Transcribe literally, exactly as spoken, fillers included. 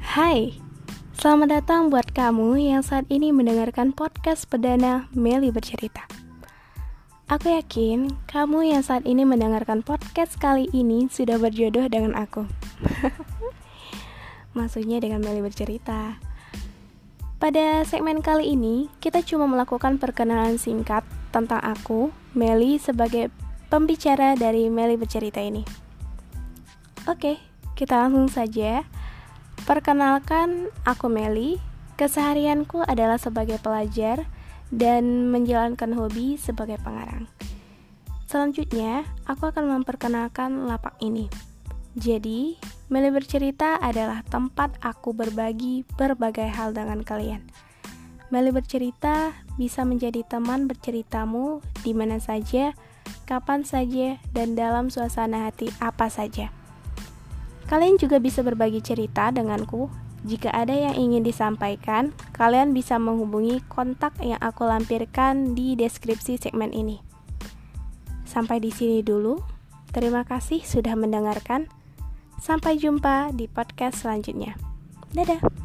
Hai, selamat datang buat kamu yang saat ini mendengarkan podcast perdana Meli Bercerita. Aku yakin kamu yang saat ini mendengarkan podcast kali ini sudah berjodoh dengan aku. Maksudnya dengan Meli Bercerita. Pada segmen kali ini, kita cuma melakukan perkenalan singkat tentang aku, Meli, sebagai pembicara dari Meli Bercerita ini. Oke, kita langsung saja. Perkenalkan, aku Meli. Keseharianku adalah sebagai pelajar dan menjalankan hobi sebagai pengarang. Selanjutnya, aku akan memperkenalkan lapak ini. Jadi, Meli Bercerita adalah tempat aku berbagi berbagai hal dengan kalian. Meli Bercerita bisa menjadi teman berceritamu di mana saja, kapan saja, dan dalam suasana hati apa saja. Kalian juga bisa berbagi cerita denganku. Jika ada yang ingin disampaikan, kalian bisa menghubungi kontak yang aku lampirkan di deskripsi segmen ini. Sampai di sini dulu. Terima kasih sudah mendengarkan. Sampai jumpa di podcast selanjutnya. Dadah.